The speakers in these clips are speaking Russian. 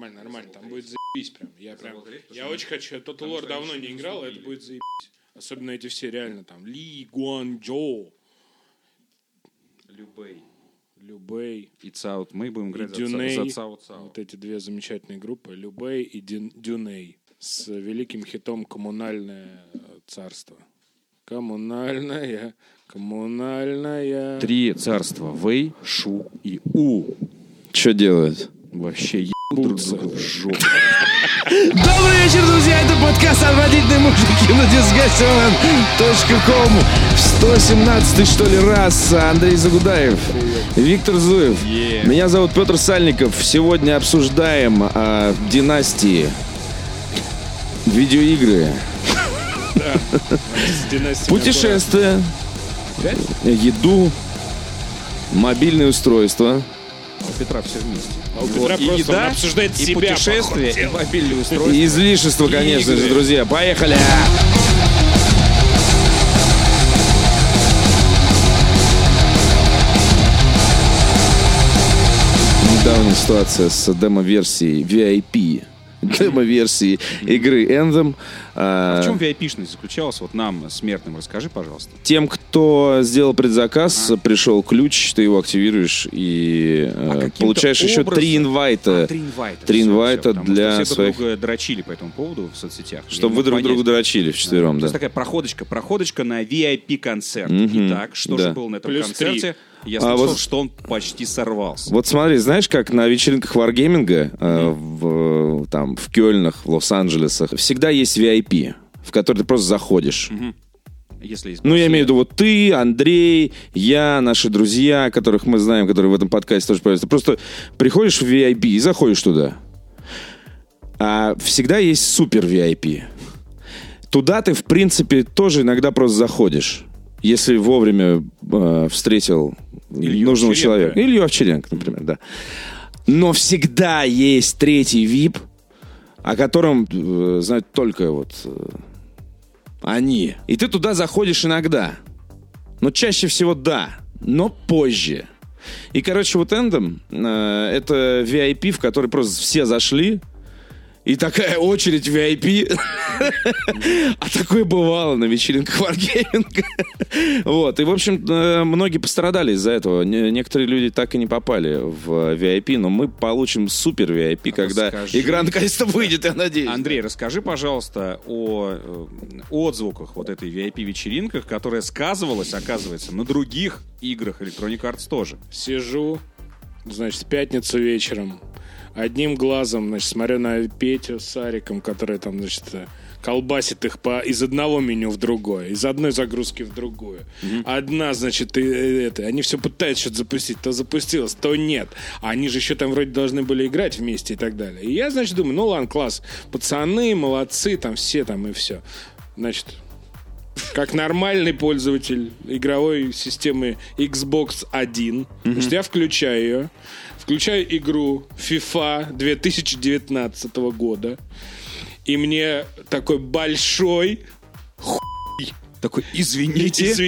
Нормально. Там будет заебись прям. Я очень хочу. Total War давно не играл, это будет заебись. Особенно эти все реально там. Ли Гуанчжоу. Любэй. И Цаут. Мы будем играть за Цаут. Вот эти две замечательные группы. Любэй и Дюней. С великим хитом «Коммунальное царство». Коммунальное. 3 царства. Вэй, Шу и У. Что делают? Вообще ебут друг друга в жопу. Добрый вечер, друзья! Это подкаст «Отвратительные мужики» на disgustingland.com. В 117-й, что ли, раз. Андрей Загудаев, Виктор Зуев. Меня зовут Петр Сальников. Сегодня обсуждаем династии, видеоигры, путешествия, еду, мобильные устройства. У Петра все вместе. У Петра и просто еда, обсуждает и себя, путешествия, и мобильные устройства. И излишества, конечно же, друзья. Поехали! Недавняя ситуация с демо-версией VIP. Демо-версии игры Anthem. А в чем VIP-шность заключалась? Вот нам, смертным, расскажи, пожалуйста. Тем, кто сделал предзаказ, пришел ключ, ты его активируешь и получаешь еще 3 инвайта. 3 инвайта для все своих... друг друга дрочили по этому поводу в соцсетях. Чтобы вы друг друга дрочили вчетвером, да. То есть такая проходочка на VIP-концерт. Итак, что же было на этом концерте? Я слышал, что он почти сорвался. Вот смотри, знаешь, как на вечеринках варгейминга в Кёльнах, в Лос-Анджелесах всегда есть VIP, в который ты просто заходишь. Если есть я имею в виду, вот ты, Андрей, я, наши друзья, которых мы знаем, которые в этом подкасте тоже появляются. Просто приходишь в VIP и заходишь туда. А всегда есть супер VIP. Туда ты, в принципе, тоже иногда просто заходишь. Если вовремя встретил нужного человека. Илью Овчаренко, например, да. Но всегда есть третий VIP, о котором знают только вот они. И ты туда заходишь иногда. Но чаще всего да, но позже. И, короче, вот Anthem это VIP, в который просто все зашли. И такая очередь VIP. А такое бывало на вечеринках варгейминга. Вот. И, в общем, многие пострадали из-за этого. Некоторые люди так и не попали в VIP, но мы получим супер VIP, когда игра наконец-то выйдет, я надеюсь. Андрей, расскажи, пожалуйста, о отзвуках вот этой VIP-вечеринках, которая сказывалась, оказывается, на других играх Electronic Arts тоже. Сижу, значит, в пятницу вечером. Одним глазом, значит, смотрю на Петю с Ариком, которые там, значит, колбасит их из одного меню в другое, из одной загрузки в другую. Одна, значит, они все пытаются что-то запустить, то запустилось, то нет. А они же еще там вроде должны были играть вместе и так далее. И я, значит, думаю, ну ладно, класс, пацаны, молодцы, там все там и все. Значит, как нормальный пользователь игровой системы Xbox One, значит, я включаю ее. Включаю игру FIFA 2019 года. И мне такой большой такой, извините, вся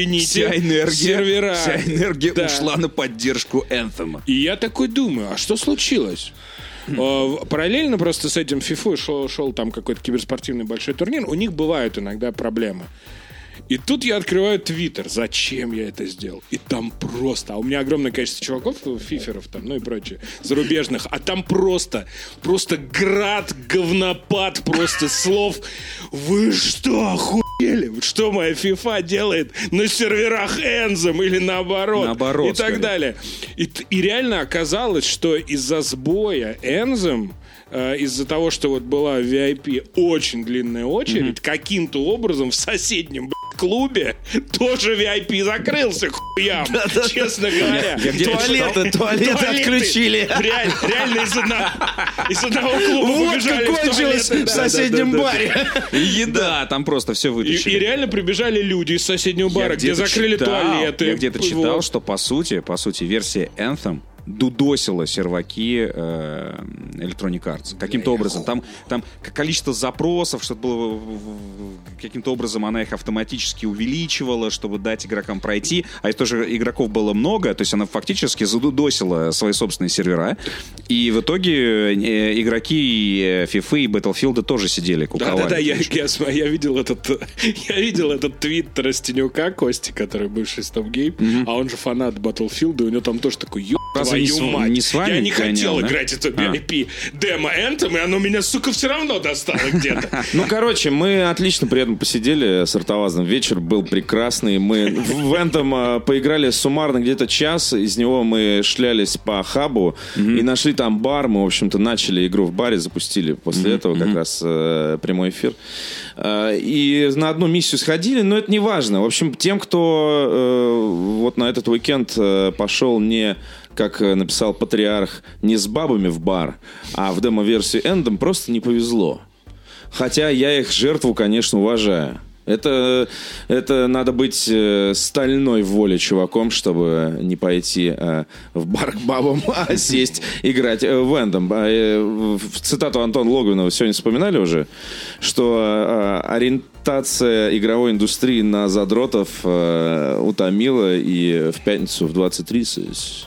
энергия ушла на поддержку Anthem. И я такой думаю, а что случилось? Параллельно просто с этим FIFA шел там какой-то киберспортивный большой турнир. У них бывают иногда проблемы. И тут я открываю Твиттер. Зачем я это сделал? И там просто... А у меня огромное количество чуваков, фиферов там, ну и прочее, зарубежных. А там просто град, говнопад просто слов. Вы что, охуели? Что моя FIFA делает на серверах Anthem или наоборот? И так далее. И реально оказалось, что из-за сбоя Anthem... из-за того, что вот была в VIP очень длинная очередь, каким-то образом в соседнем клубе тоже VIP закрылся, хуям, честно говоря. Туалеты отключили. Реально из одного клуба побежали в кончилось в соседнем баре. Еда, там просто все вытащили. И реально прибежали люди из соседнего бара, где закрыли туалеты. Я где-то читал, что по сути версия Anthem дудосила серваки Electronic Arts. Каким-то образом. Там количество запросов, что было каким-то образом она их автоматически увеличивала, чтобы дать игрокам пройти. А это тоже игроков было много, то есть она фактически задудосила свои собственные сервера. И в итоге игроки FIFA и Battlefield тоже сидели, куковали. Да, я видел этот твит Тростенюка, Кости, который бывший Stop Game, а он же фанат Battlefield, и у него там тоже такой, твою мать, не с вами я не хотел гонял, играть это VIP демо Anthem, и оно меня, сука, все равно достало где-то. Ну, короче, мы отлично при этом посидели с Артовазом. Вечер был прекрасный. Мы в Anthem поиграли суммарно где-то час. Из него мы шлялись по хабу и нашли там бар. Мы, в общем-то, начали игру в баре, запустили после этого как раз прямой эфир. И на одну миссию сходили, но это не важно. В общем, тем, кто вот на этот уикенд пошел не, как написал Патриарх, не с бабами в бар, а в демо-версии Anthem, просто не повезло. Хотя я их жертву, конечно, уважаю. Это надо быть стальной в воле чуваком, чтобы не пойти в бар к бабам, а сесть играть в Anthem. Цитату Антона Логвинова сегодня вспоминали уже, что ориентация игровой индустрии на задротов утомила, и в пятницу в 20:30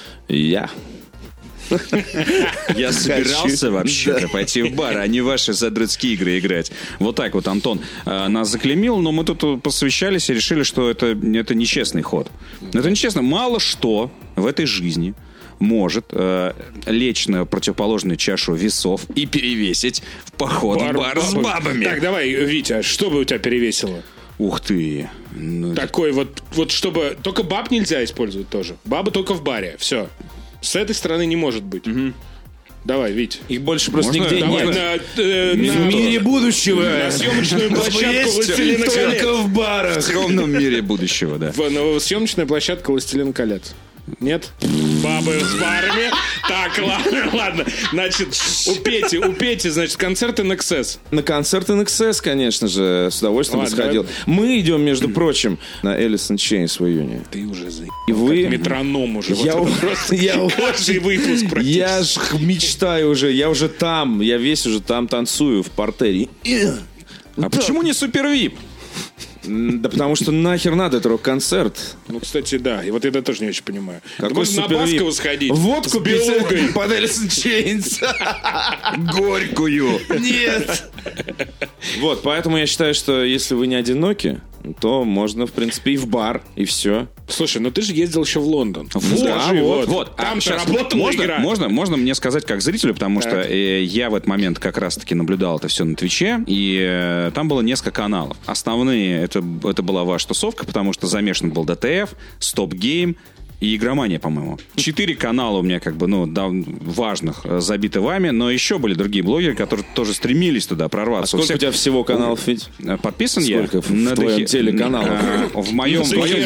я собирался вообще-то пойти в бар, а не ваши задротские игры играть. Вот так вот Антон нас заклеймил, но мы тут посовещались и решили, что это нечестный ход. Это нечестно. Мало что в этой жизни может лечь на противоположную чашу весов и перевесить в поход в бар с бабами. Так, давай, Витя, что бы у тебя перевесило? Ух ты. Такой вот чтобы... Только баб нельзя использовать тоже. Бабы только в баре. Все. С этой стороны не может быть. Давай, Вить. Их больше просто нигде давай нет. В мире будущего. На съемочную площадку «Властелина колец». Только в барах. В скромном мире будущего, да. Съемочная площадка «Властелин колец». Нет? Бабы с барами. Так, ладно. Значит, у Пети, значит, концерты NXS. На концерты NXS, конечно же, с удовольствием бы сходил. Мы идем, между прочим, на Alice in Chains в июне. Ты уже заебал. И вы... Метроном уже. Каждый выпуск практически. Я ж мечтаю уже, я уже там, я весь уже там танцую в партере. А почему не Супер Вип? Да потому что нахер надо, это рок-концерт. Ну, кстати, да. И вот это тоже не очень понимаю. Какой можно на Баскову сходить. Водку с белугой. под Alice in Chains. Горькую. Нет. Вот, поэтому я считаю, что если вы не одиноки, то можно, в принципе, и в бар, и все. Слушай, ну ты же ездил еще в Лондон. Вот. Там-то работала игра. Можно мне сказать как зрителю, потому что я в этот момент как раз-таки наблюдал это все на Твиче, и там было несколько каналов. Основные, это была ваша тусовка, потому что замешан был ДТФ, Стоп Гейм и Игромания, по-моему. 4 канала у меня важных забиты вами, но еще были другие блогеры, которые тоже стремились туда прорваться. А сколько у тебя всего каналов, Федь? Подписан я? Сколько в твоем телеканалах? В моем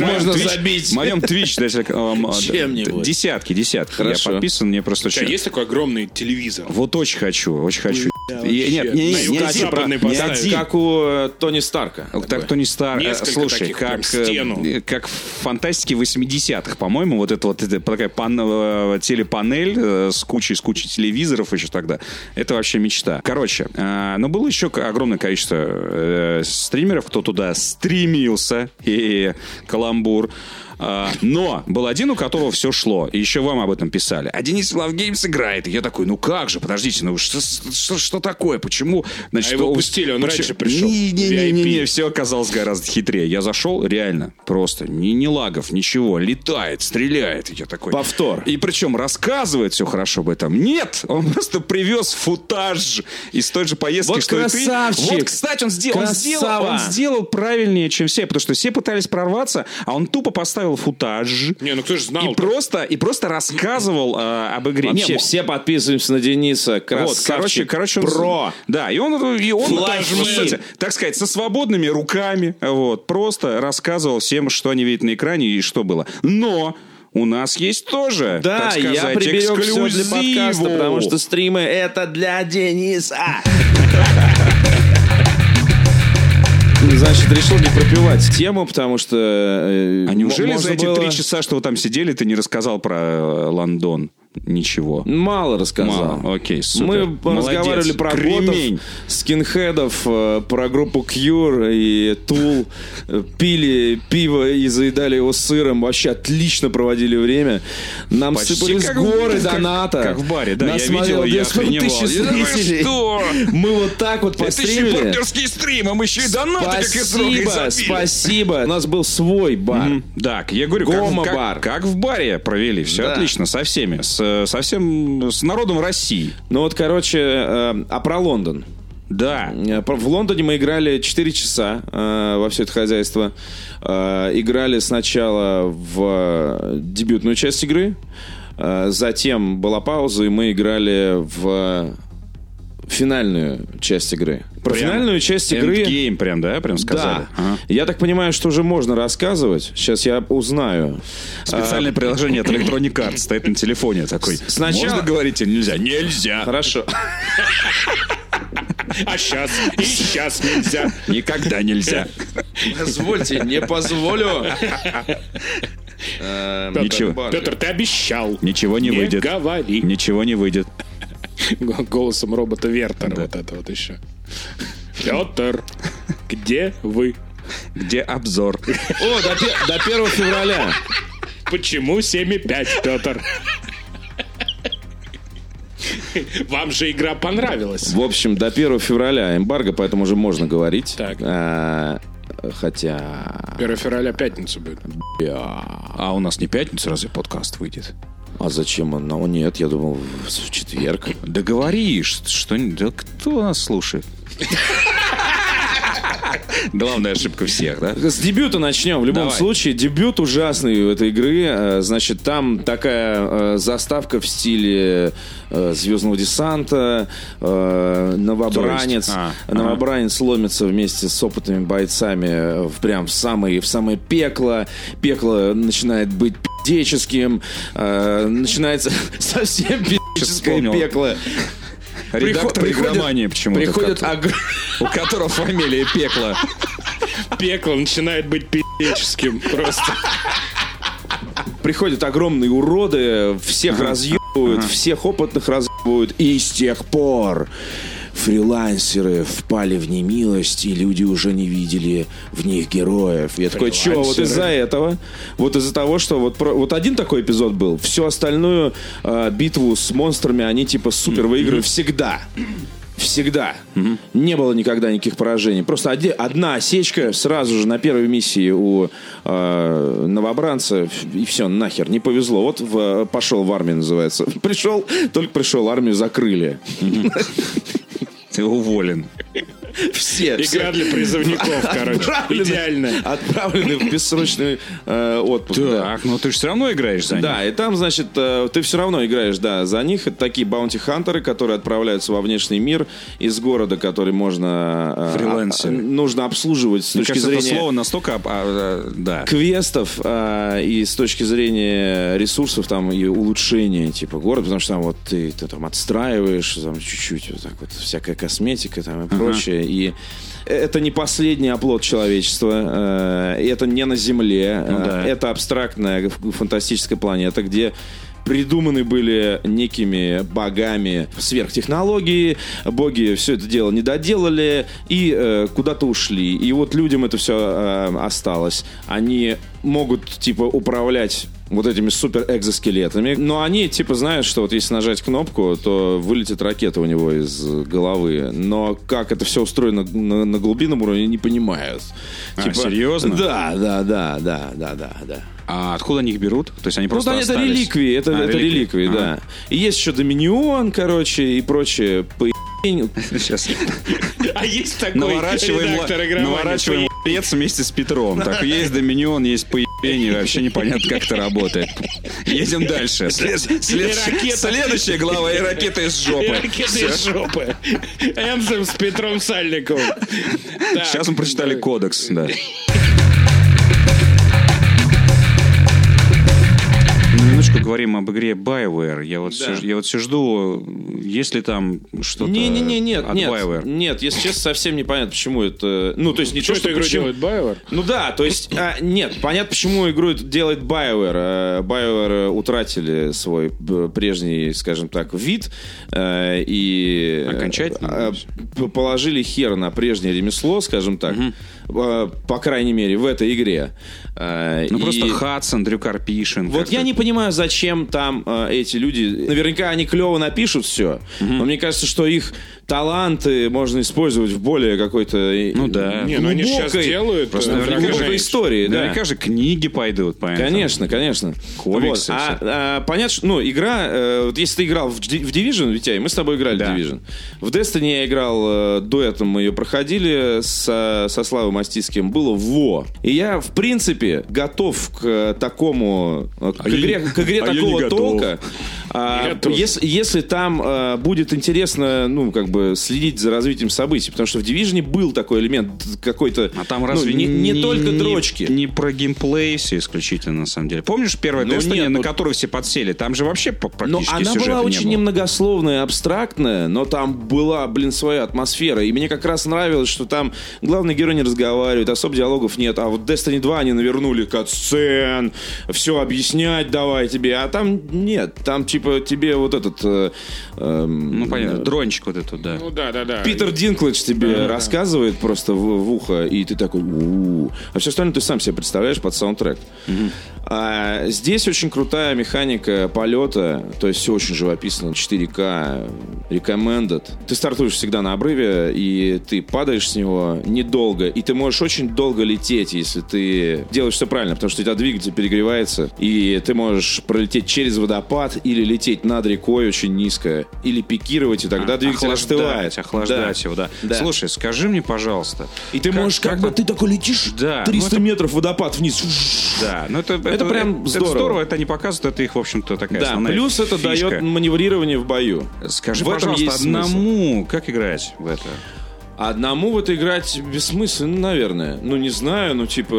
Twitch десятки. Хорошо. Я подписан, мне просто... У тебя есть такой огромный телевизор? Вот очень хочу. Нет, Как у Тони Старка. Так, Тони Старк. Слушай, как в фантастике 80-х, по-моему, вот это такая телепанель с кучей телевизоров еще тогда. Это вообще мечта. Короче, но было еще огромное количество стримеров, кто туда стремился. Каламбур. Но был один, у которого все шло. И еще вам об этом писали. А Денис Love Games играет. И я такой, ну как же, подождите, ну что такое? Почему? Значит, его пустили, он раньше пришел. Не, все оказалось гораздо хитрее. Я зашел, реально, просто ни лагов, ничего. Летает, стреляет. И я такой... Повтор. И причем рассказывает все хорошо об этом. Нет, он просто привез футаж из той же поездки, вот что красавчик. И ты. Вот, кстати, он сделал правильнее, чем все. Потому что все пытались прорваться, а он тупо поставил футаж. Не, ну кто же знал? И просто рассказывал об игре. Вообще все подписываемся на Дениса. Красавчик. Короче, он... Про. Да, и он кстати, так сказать, со свободными руками просто рассказывал всем, что они видят на экране и что было. Но у нас есть тоже, да, так сказать, я приберег все для подкаста, потому что стримы это для Дениса. значит, решил не пропивать тему, потому что... А неужели за эти 3 часа, что вы там сидели, ты не рассказал про Лондон? Ничего. Мало рассказал. Мало. Окей, супер. Мы разговаривали про готов, скинхедов, про группу Cure и Tool, пили пиво и заедали его сыром. Вообще отлично проводили время. Нам сыпались горы доната. Как в баре, да. Я видел, я охреневал. Мы вот так вот постримили. Это еще бургерский стрим, а мы еще и донаты как из рук изобили. Спасибо. У нас был свой бар. Так, я говорю, как в баре провели. Все отлично, со всеми. Совсем с народом России. Ну вот, короче, а про Лондон. Да. В Лондоне мы играли 4 часа во все это хозяйство. Играли сначала в дебютную часть игры, затем была пауза, и мы играли в финальную часть игры. Про финальную часть игры... Эндгейм прям, да? Прям сказали? Да. Ага. Я так понимаю, что уже можно рассказывать. Сейчас я узнаю. Специальное приложение от Electronic Arts стоит на телефоне такой. Сначала... Можно говорить или нельзя? Нельзя. Хорошо. А сейчас? И сейчас нельзя. Никогда нельзя. Позвольте, не позволю. Петр, ты обещал. Ничего не выйдет. Не говори. Ничего не выйдет. Голосом робота Вертера, да. Вот это вот еще. Петр, где вы? Где обзор? О, до 1 февраля. Почему 7,5, Петр? Вам же игра понравилась. В общем, до 1 февраля эмбарго, поэтому уже можно говорить. Так. Хотя... 1 февраля пятница будет. А у нас не пятница, разве подкаст выйдет? А зачем он? Ну, нет, я думал, в четверг. Да говори, что... Да кто нас слушает? Главная ошибка всех, да? С дебюта начнем. В любом случае, дебют ужасный у этой игры. Значит, там такая заставка в стиле Звездного десанта. Новобранец. Новобранец ломится вместе с опытными бойцами прям в самое пекло. Пекло начинает быть пиздеческим. Начинается совсем пиздеческое пекло. Редактор игромании почему-то. У которого фамилия Пекло. Пекло начинает быть пи***ческим просто. Приходят огромные уроды, всех разъебывают, всех опытных разъебывают. И с тех пор фрилансеры впали в немилость, и люди уже не видели в них героев. Я такой, чё, вот из-за этого, вот из-за того, что вот один такой эпизод был, всю остальную битву с монстрами они типа супер выигрывают всегда. Всегда. Не было никогда никаких поражений. Просто одна осечка сразу же на первой миссии у новобранца, и все, нахер, не повезло. Вот пошел в армию, называется. Только пришел, армию закрыли. Ты уволен. Все. Игра для призывников, короче. Идеально. Отправлены в бессрочный отпуск. Так, но ты же все равно играешь за них. Да, и там, значит, ты все равно играешь, да, за них. Это такие баунти-хантеры, которые отправляются во внешний мир из города, который можно... нужно обслуживать с точки зрения... это слово настолько... квестов и с точки зрения ресурсов там и улучшения типа города, потому что там вот ты там отстраиваешь там чуть-чуть вот так вот всякая косметика там и прочее. И это не последний оплот человечества, это не на Земле, это абстрактная фантастическая планета, где придуманы были некими богами сверхтехнологии, боги все это дело не доделали и куда-то ушли. И вот людям это все осталось. Они могут типа управлять вот этими супер экзоскелетами. Но они, типа, знают, что вот если нажать кнопку, то вылетит ракета у него из головы. Но как это все устроено на глубинном уровне, не понимают. Типа, серьезно? Да. А откуда они их берут? То есть они просто это остались? реликвии. Это реликвии, да. И есть еще Доминион, короче, и прочее. Сейчас. А есть такой редактор игромании. Наворачиваем лец вместе с Петром. Так, есть Доминион, есть поебень, вообще непонятно, как это работает. Едем дальше. Следующая глава и ракеты из жопы. Ракеты из жопы. Энсем с Петром Сальниковым. Сейчас мы прочитали кодекс, да. минуточку говорим об игре BioWare. Я вот все жду, есть ли там что-то от BioWare. Нет, если честно, совсем непонятно, почему это... Ну, то есть не то, что игру делает BioWare? Ну да, то есть... Нет, понятно, почему игру делает BioWare. BioWare утратили свой прежний, скажем так, вид и... Окончательно? Положили хер на прежнее ремесло, скажем так. По крайней мере, в этой игре. Просто Хадсон, Дрю Карпишин. Вот я не понимаю, зачем там эти люди... Наверняка они клево напишут все, но мне кажется, что их таланты можно использовать в более какой-то Не, ну они сейчас делают просто глубокой истории. Наверняка же книги пойдут. Конечно. Комиксы. Понятно, что игра... Вот если ты играл в Division, Витяй, мы с тобой играли в Division. В Destiny я играл дуэтом, мы ее проходили со Славой Мастицким. Было во. И я, в принципе, готов к такому... К игре такого толка. Если там будет интересно, следить за развитием событий. Потому что в Division был такой элемент какой-то... А там разве не только дрочки? Не про геймплей все исключительно, на самом деле. Помнишь первое Destiny, на которую все подсели? Там же вообще практически сюжета не было. Она была очень немногословная, абстрактная, но там была, своя атмосфера. И мне как раз нравилось, что там главный герой не разговаривает, особо диалогов нет. А вот Destiny 2 они навернули кат-сцен, все объяснять давай тебе. А там нет. Там тебе вот этот... понятно, дрончик вот этот, да. Ну да. Питер Динклэдж тебе рассказывает просто в ухо, и ты такой... А все остальное ты сам себе представляешь под саундтрек. А здесь очень крутая механика полета, то есть все очень живописно, 4К, recommended. Ты стартуешь всегда на обрыве, и ты падаешь с него недолго, и ты можешь очень долго лететь, если ты делаешь все правильно, потому что у тебя двигатель перегревается, и ты можешь пролететь через водопад или лететь над рекой очень низко, или пикировать, и тогда двигатель остывает. Охлаждать его, да. Слушай, скажи мне, пожалуйста. И ты можешь ты такой летишь 300 метров водопад вниз. Да, это прям здорово. Это не показывает, это их, в общем-то, такая основная плюс это фишка. Дает маневрирование в бою. Скажи, пожалуйста, одному как играть в это? Одному в это играть бессмысленно, наверное. Не знаю,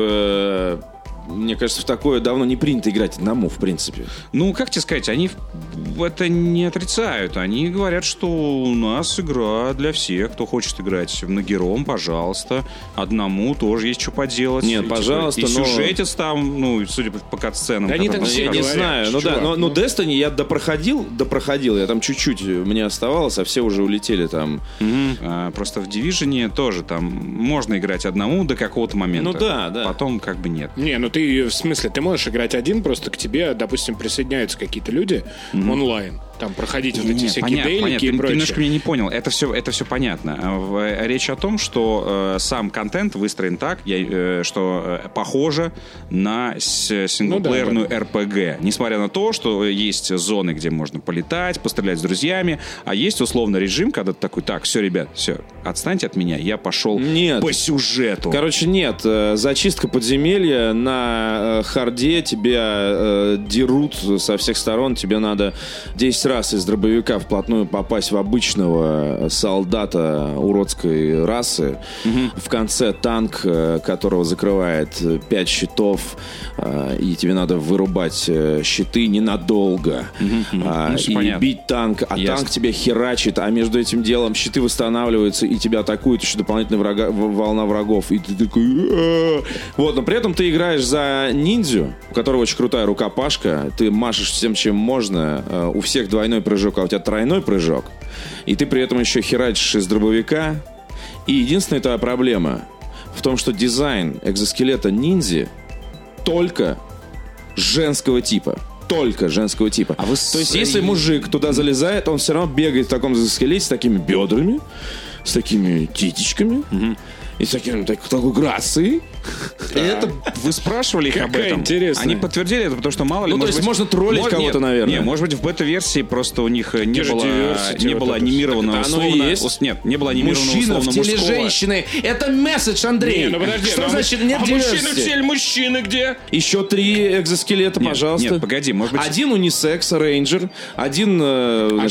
мне кажется, в такое давно не принято играть одному, в принципе. Как тебе сказать, они это не отрицают. Они говорят, что у нас игра для всех, кто хочет играть многером, пожалуйста. Одному тоже есть что поделать. Нет, пожалуйста, и сюжетец там, судя по кат-сценам. Да они там все не знаю, но Destiny я допроходил, я там чуть-чуть, мне оставалось, а все уже улетели там. Просто в Division тоже там можно играть одному до какого-то момента. Да. Потом нет. Ты, в смысле, ты можешь играть один, просто к тебе, допустим, присоединяются какие-то люди онлайн, там, проходить вот эти всякие дейлики и прочее. Ты немножко меня не понял. Это все понятно. Речь о том, что сам контент выстроен так, что похоже на синглплеерную RPG. Несмотря на то, что есть зоны, где можно полетать, пострелять с друзьями, а есть условно режим, когда ты такой, так, все, ребят, все, отстаньте от меня, я пошел по сюжету. Короче, нет. Зачистка подземелья на харде, тебя дерут со всех сторон, тебе надо 10 раз из дробовика вплотную попасть в обычного солдата уродской расы. В конце танк, которого закрывает 5 щитов, и тебе надо вырубать щиты ненадолго. И бить танк, танк тебя херачит, а между этим делом щиты восстанавливаются, и тебя атакует еще дополнительная волна врагов. И ты такой... но при этом ты играешь за ниндзю, у которого очень крутая рукопашка, ты машешь всем, чем можно, у всех двойной прыжок, а у тебя тройной прыжок, и ты при этом еще херачишь из дробовика. И единственная твоя проблема в том, что дизайн экзоскелета ниндзя только женского типа. Только женского типа. То есть, если мужик туда залезает, он все равно бегает в таком экзоскелете с такими бедрами, с такими титечками, и с такой грацией. Это вы спрашивали их об этом? Интересно. Они подтвердили это, потому что мало ли... то есть можно троллить кого-то, наверное. Нет, может быть, в бета-версии просто у них не было анимированного условно... Нет, не было анимированного условно мужского. Мужчина в теле женщины. Это месседж, Андрей. Подожди, что значит нет диверсии? Мужчина в теле мужчины где? Еще 3 экзоскелета, пожалуйста. Нет, погоди, может быть... Один унисекс, рейнджер, один колосс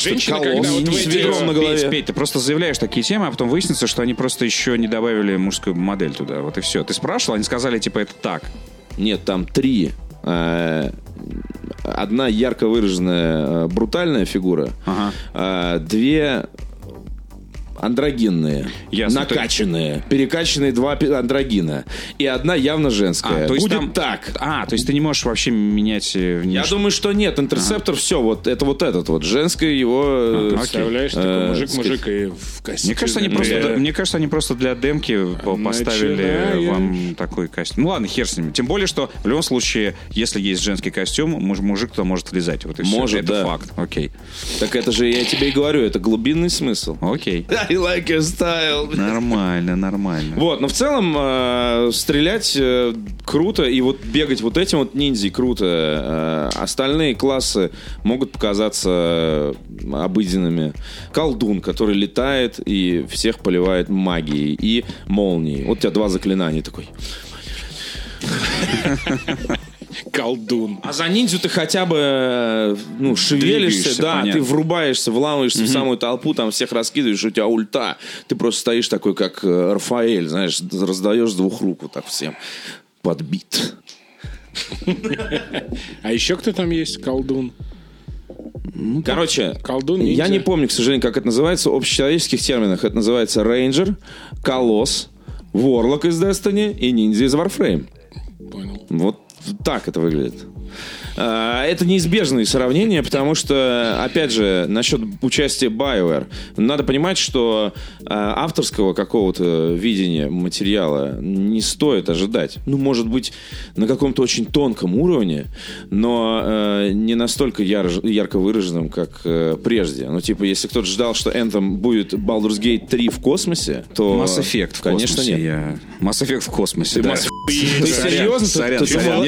с ведром на голове. Петь, ты просто заявляешь такие темы, а потом выяснится, что они просто еще не добавили мужскую модель туда. Вот и все. Ты спрашивал, они сказали, это так. Нет, там 3 одна ярко выраженная брутальная фигура, две андрогинные, накачанные, перекачанные два андрогина. И одна явно женская. Будет там... так. То есть ты не можешь вообще менять внешне? Я думаю, что нет. Интерсептор, все, вот это вот этот вот. Женское его... Представляешь, такой мужик и в костюме. Мне кажется, они просто для демки поставили вам такой костюм. Ну ладно, хер с ними. Тем более, что в любом случае, если есть женский костюм, мужик туда может влезать. Вот и может, это факт. Окей. Так это же, я тебе и говорю, это глубинный смысл. Окей. I like your style. Нормально. Вот, но в целом стрелять круто, и вот бегать вот этим вот ниндзей круто. Остальные классы могут показаться обыденными. Колдун, который летает и всех поливает магией и молнией. Вот у тебя два заклинания такой. Колдун. А за ниндзю ты хотя бы шевелишься, да, понятно. Ты врубаешься, вламываешься в самую толпу, там всех раскидываешь, у тебя ульта. Ты просто стоишь такой, как Рафаэль, знаешь, раздаешь с двух рук вот так всем. Подбит. А еще кто там есть? Колдун. Короче, колдун, я не помню, к сожалению, как это называется. В общечеловеческих терминах это называется рейнджер, колосс, ворлок из Destiny и ниндзя из Warframe. Понял. Вот так это выглядит. Это неизбежные сравнения, потому что, опять же, насчет участия BioWare, надо понимать, что авторского какого-то видения материала не стоит ожидать. Может быть, на каком-то очень тонком уровне, но не настолько ярко выраженным, как прежде. Если кто-то ждал, что Anthem будет Baldur's Gate 3 в космосе, то... Mass Effect в конечно, космосе. нет. Mass Effect в космосе, да. Ты серьезно? Сорян.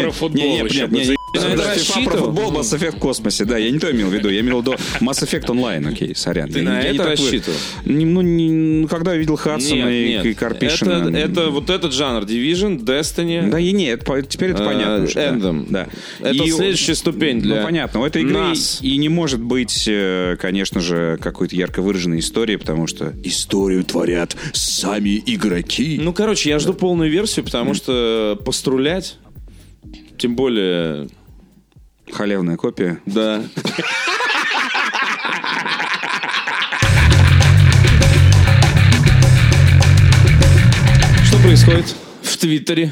Про футбол Mass Effect в космосе, да, я не то имел в виду, я имел в виду Mass Effect Online, окей, сорян. Ты на это рассчитывал? Когда я видел Хадсона и Карпишина. Это вот этот жанр, Division, Destiny. Да, и нет, теперь это понятно. Anthem. Да. Это следующая ступень для понятно, у этой игры нас. И не может быть, конечно же, какой-то ярко выраженной истории, потому что историю творят сами игроки. Короче, я жду полную версию, потому что пострулять, тем более... Халявная копия. Да. Что происходит в Твиттере?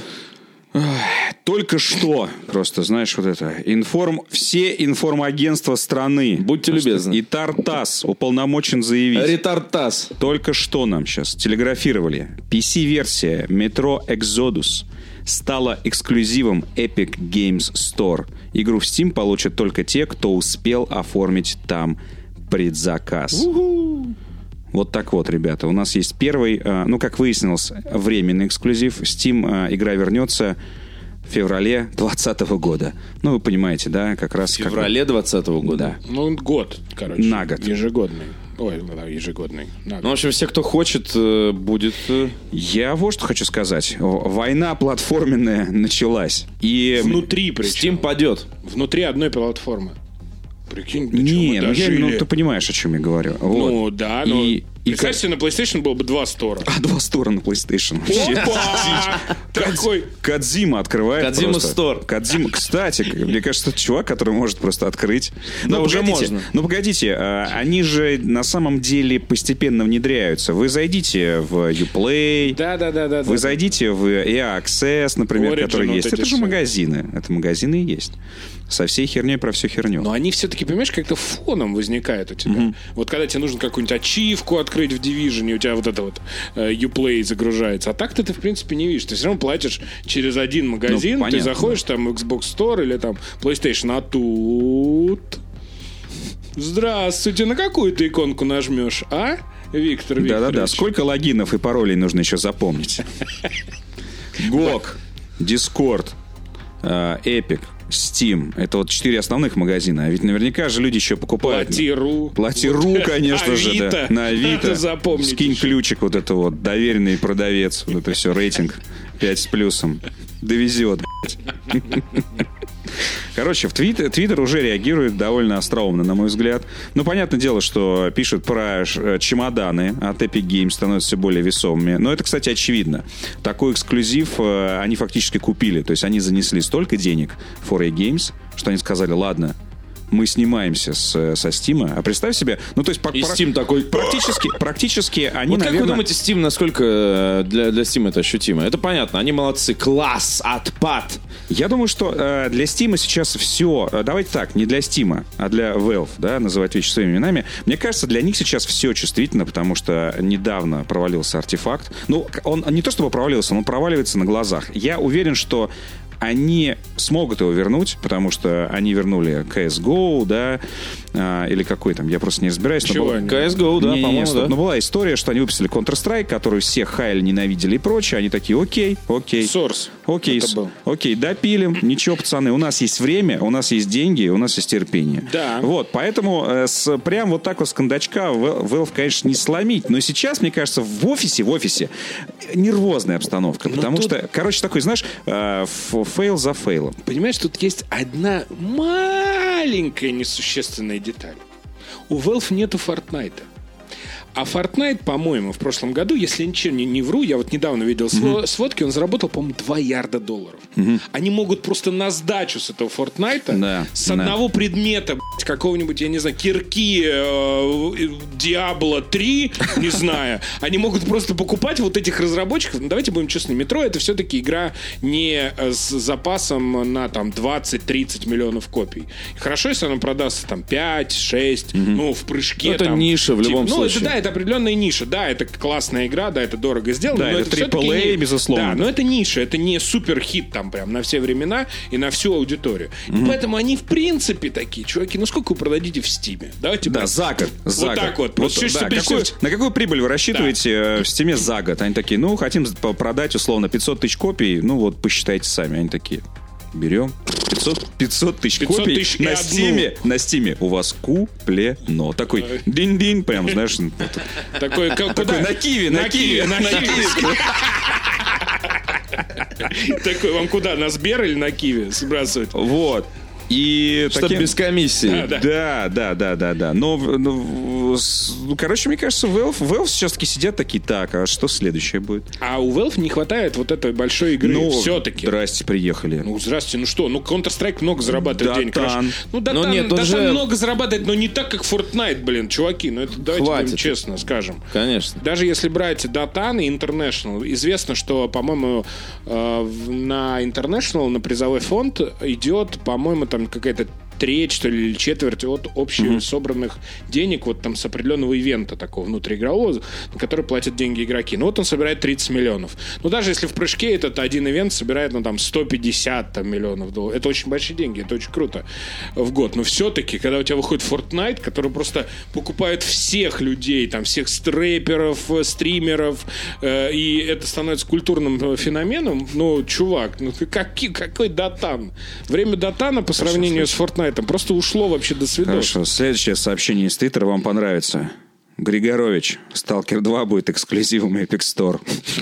Только что, просто, знаешь, вот это, все информагентства страны. Будьте любезны. И Тартас уполномочен заявить. Ретартас. Только что нам сейчас телеграфировали. PC-версия Metro Exodus стала эксклюзивом Epic Games Store. Игру в Steam получат только те, кто успел оформить там предзаказ. Вот так вот, ребята. У нас есть первый, как выяснилось, временный эксклюзив. Steam игра вернется в феврале 2020 года. Вы понимаете, да? Как раз в феврале 2020 года? Да. Год, короче. На год. Ежегодный. Ежегодный. В общем, все, кто хочет, будет... Я вот что хочу сказать. Война платформенная началась. И внутри, причем. Steam падет. Внутри одной платформы. Прикинь, ты понимаешь, о чем я говорю. Да, представь себе, на PlayStation было бы 2 стора. 2 стора на PlayStation. Какой? Кодзима открывает. Кодзима Стор. Кодзима, кстати, мне кажется, это чувак, который может просто открыть. Уже можно. Погодите, они же на самом деле постепенно внедряются. Вы зайдите в Uplay. Да. Вы зайдите в EA Access, например, который есть. Это же магазины. Это магазины и есть. Со всей херней про всю херню. Но они все-таки, понимаешь, как-то фоном возникают у тебя. Вот когда тебе нужно какую-нибудь ачивку открыть в Division, у тебя вот это вот Uplay загружается. А так-то ты, в принципе, не видишь. Ты все равно платишь через один магазин, ты заходишь там в Xbox Store или там PlayStation, а тут... Здравствуйте, на какую ты иконку нажмешь, а, Виктор Викторович? Да. Сколько логинов и паролей нужно еще запомнить? GOG, Discord, Epic, Steam. Это вот 4 основных магазина. А ведь наверняка же люди еще покупают... Плати.ру, конечно же, да. На Авито. Скинь ключик, вот это вот. Доверенный продавец. Вот это все, рейтинг 5 с плюсом. Довезет, блядь. Короче, в Твиттер уже реагирует довольно остроумно, на мой взгляд. Понятное дело, что пишут про чемоданы от Epic Games, становятся все более весомыми. Но это, кстати, очевидно. Такой эксклюзив они фактически купили. То есть они занесли столько денег в 4A Games, что они сказали, ладно, мы снимаемся со Steam. А представь себе... Ну, то есть... И Steam такой... Практически они, вот наверное... как вы думаете, Steam, насколько для Steam это ощутимо? Это понятно, они молодцы. Класс, отпад. Я думаю, что для Steam сейчас все... Давайте так, не для Steam, а для Valve, да, называть вещи своими именами. Мне кажется, для них сейчас все чувствительно, потому что недавно провалился артефакт. Ну, он не то чтобы провалился, он проваливается на глазах. Я уверен, что они смогут его вернуть, потому что они вернули CSGO, да, или какой там, я просто не разбираюсь. CSGO, да, по-моему, да. Но была история, что они выпустили Counter-Strike, который все хайли, ненавидели и прочее. Они такие, окей. Source. Окей, допилим. Ничего, пацаны, у нас есть время, у нас есть деньги, у нас есть терпение. Да. Вот, поэтому прям вот так вот с кондачка Valve, конечно, не сломить. Но сейчас, мне кажется, в офисе нервозная обстановка. Потому что, короче, такой, знаешь, фейл за фейлом. Понимаешь, тут есть одна маленькая несущественная деталь. У Valve нету Fortnite. А Fortnite, по-моему, в прошлом году, если я ничего не вру, я вот недавно видел сводки, он заработал, по-моему, $2 ярда. Они могут просто на сдачу с этого Fortnite, с одного предмета, какого-нибудь, я не знаю, кирки Diablo 3, не знаю, они могут просто покупать вот этих разработчиков. Ну, давайте будем честны, Метро — это все-таки игра не с запасом на там 20-30 миллионов копий. Хорошо, если она продастся там 5-6, ну, в прыжке. Это там, ниша в любом случае. Да, это определенная ниша. Да, это классная игра, да, это дорого сделано. Да, но это AAA, безусловно. Да, но это ниша, это не супер-хит там прям на все времена и на всю аудиторию. И поэтому они в принципе такие, чуваки, ну сколько вы продадите в Стиме? Давайте за год. Вот так вот. На какую прибыль вы рассчитываете в Стиме за год? Они такие, ну, хотим продать условно 500 тысяч копий, ну вот посчитайте сами. Они такие... Берем 500 тысяч копий на Стиме. У вас куплено. Такой динь-динь, прям, знаешь. Такой на Киви. Такой, вам куда, на Сбер или на Киви сбрасывать? Вот. И чтобы без комиссии. Да. Но, короче, мне кажется, Valve сейчас таки сидят такие, так, а что следующее будет? А у Valve не хватает вот этой большой игры все-таки. Здрасте, приехали. Ну, здрасте, ну что? Ну, Counter-Strike много зарабатывает денег. Ну, Dothan много зарабатывает, но не так, как Fortnite, блин, чуваки. Ну, это давайте будем честно скажем. Конечно. Даже если брать Dothan и International, известно, что, по-моему, на International, на призовой фонд идет, по-моему, там какая-то треть, что ли, или четверть от общих собранных денег вот там с определенного ивента такого внутриигрового, на который платят деньги игроки. Ну вот он собирает 30 миллионов. Ну даже если в прыжке этот один ивент собирает, ну там 150 там, миллионов долларов. Это очень большие деньги, это очень круто в год. Но все-таки, когда у тебя выходит Fortnite, который просто покупает всех людей, там всех стрэперов, стримеров, и это становится культурным феноменом, ну, чувак, ну какой Дотан? Время Дотана по сравнению с Fortnite просто ушло вообще до свидос. Хорошо, следующее сообщение из Твиттера вам понравится. Григорович, Stalker 2 будет эксклюзивом Epic Store.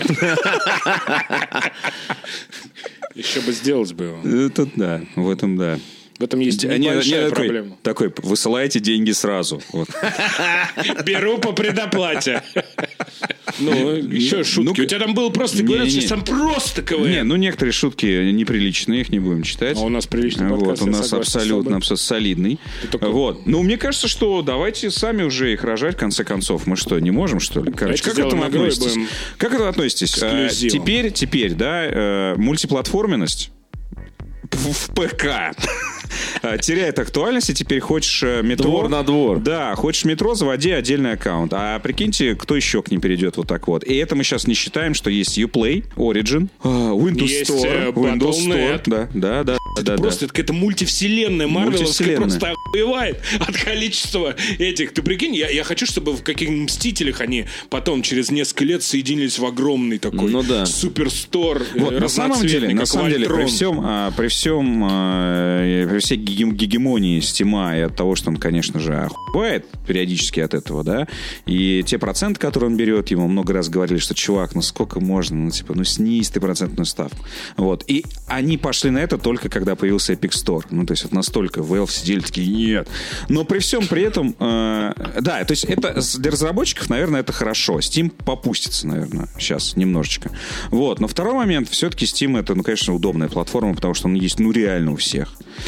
Еще бы сделать бы его. Это да, в этом да. В этом есть небольшая проблема. Такой, высылайте деньги сразу. Беру по предоплате. Ну, еще шутки. У тебя там было просто, говорят, что там просто КВН. Не, ну некоторые шутки неприличные, их не будем читать. А у нас приличный подкаст. Вот, у нас абсолютно солидный. Вот. Ну, мне кажется, что давайте сами уже их рожать, в конце концов. Мы что, не можем, что ли? Короче, как к этому относитесь? Как это относитесь? Теперь, да, мультиплатформенность в ПК теряет актуальность, и теперь хочешь метро... Двор на двор. Да, хочешь метро, заводи отдельный аккаунт. А прикиньте, кто еще к ним перейдет вот так вот. И это мы сейчас не считаем, что есть Uplay, Origin, Windows есть Store. Windows Store. Да. Это просто какая-то мультивселенная марвеловская, просто охуевает от количества этих. Ты прикинь, я хочу, чтобы в каких-нибудь Мстителях они потом через несколько лет соединились в огромный такой суперстор. Вот, на самом деле, при всей гегемонии Стима и от того, что он, конечно же, охуевает периодически от этого, да, и те проценты, которые он берет, ему много раз говорили, что, чувак, ну сколько можно, снизь ты процентную ставку. Вот. И они пошли на это только когда появился Epic Store. Ну, то есть, вот настолько Valve сидели такие, нет. Но при всем при этом, да, то есть, это для разработчиков, наверное, это хорошо. Steam попустится, наверное, сейчас немножечко. Вот. Но второй момент, все-таки Steam это, ну, конечно, удобная платформа, потому что он есть, ну, реально у всех.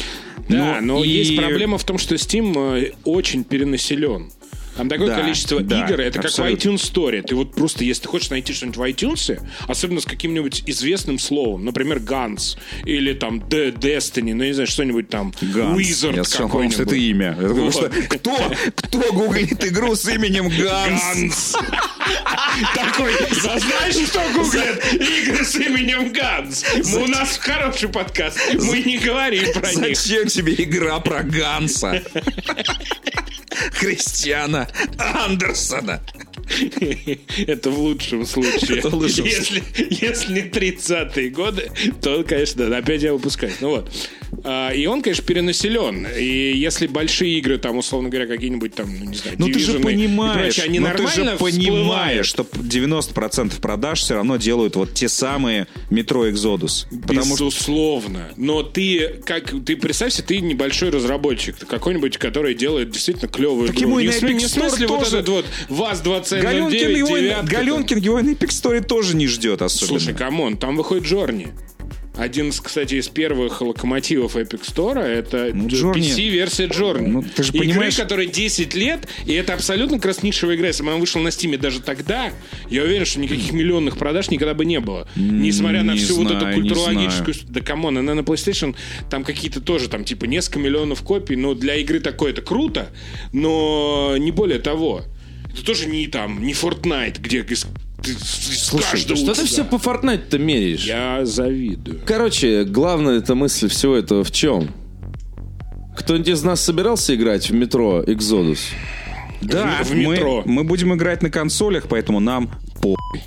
Да, но есть проблема в том, что Steam очень перенаселен. Там такое количество игр, это абсолютно. Как в iTunes Store. Ты вот просто, если ты хочешь найти что-нибудь в iTunes, особенно с каким-нибудь известным словом, например, Guns, или там Destiny, ну, не знаю, что-нибудь там, Guns. Wizard какой-нибудь. Что это имя. Вот. Что, кто гуглит игру с именем Guns? Такой, знаешь, что гуглят игры с именем Guns? У нас хороший подкаст, мы не говорим про них. Зачем тебе игра про Ганса? Кристиана Андерсона. Это в лучшем случае. Если не 30-е годы, то, конечно, да, опять я выпускаю. Ну вот. И он, конечно, перенаселен. И если большие игры, там, условно говоря, какие-нибудь там, ну, не знаю, ну ты же понимаешь, они нормально понимаешь, что 90% продаж все равно делают вот те самые Metro Exodus. Безусловно. Но ты представь себе, ты небольшой разработчик, какой-нибудь, который делает действительно клевую игру. Ему и на Epic Store вот этот вот ВАЗ-2109. Галенкин его и на Epic Store тоже не ждет особенно. Слушай, камон, там выходит Джорни. Один, кстати, из первых локомотивов Epic Store это PC-версия Journey. Ну, ты же понимаешь... Игры, которой 10 лет, и это абсолютно краснейшая игра. Если бы она вышла на Steam даже тогда, я уверен, что никаких миллионных продаж никогда бы не было. Несмотря на всю вот эту культурологическую... Да камон, она на PlayStation, там какие-то тоже, там типа несколько миллионов копий, но для игры такое это круто, но не более того. Это тоже не Fortnite, где... Слушай, что ты все по Fortnite-то меряешь? Я завидую. Короче, главная эта мысль всего этого в чем? Кто-нибудь из нас собирался играть в Metro Exodus? Да, в метро. Мы будем играть на консолях, поэтому нам похуй.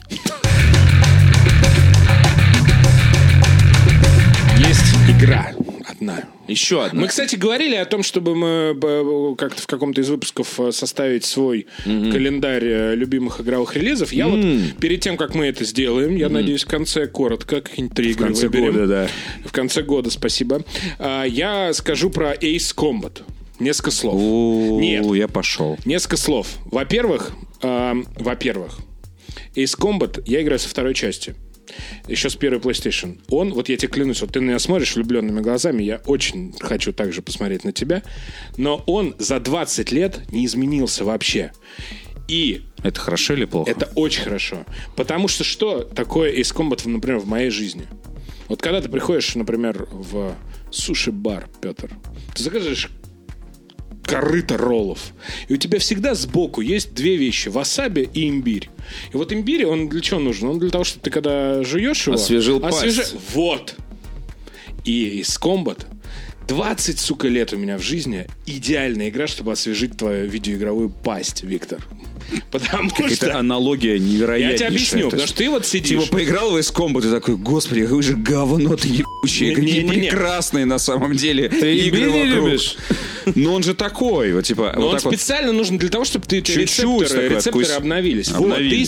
Есть игра одна. Еще одна. Мы, кстати, говорили о том, чтобы мы как-то в каком-то из выпусков составить свой календарь любимых игровых релизов. Я вот перед тем, как мы это сделаем, я надеюсь, в конце коротко какие-нибудь 3 игры выберем. В конце года, да. В конце года, спасибо. Я скажу про Ace Combat. Несколько слов. Нет, я пошел. Несколько слов. Во-первых, Ace Combat я играю со второй части. Еще с первой PlayStation. Вот я тебе клянусь, вот ты на меня смотришь влюбленными глазами, я очень хочу также посмотреть на тебя, но он за 20 лет не изменился вообще. И это хорошо или плохо? Это очень хорошо. Потому что такое Ace Combat, например, в моей жизни? Вот когда ты приходишь, например, в суши-бар, Петр, ты заказываешь корыто роллов. И у тебя всегда сбоку есть 2 вещи: васаби и имбирь. И вот имбирь, он для чего нужен? Он для того, чтобы ты когда жуешь его... Освежил пасть. Вот. И Ace Combat 20, сука, лет у меня в жизни идеальная игра, чтобы освежить твою видеоигровую пасть, Виктор. Потому что... Это аналогия невероятнейшая. Я тебе объясню, потому что ты вот сидишь... Типа поиграл в Ace Combat, ты такой, господи, какое же говно ты ебучее, какие прекрасные на самом деле игры вокруг. Любишь? Но он же такой, вот типа... Но он специально нужен для того, чтобы ты рецепторы обновились. Вот, ты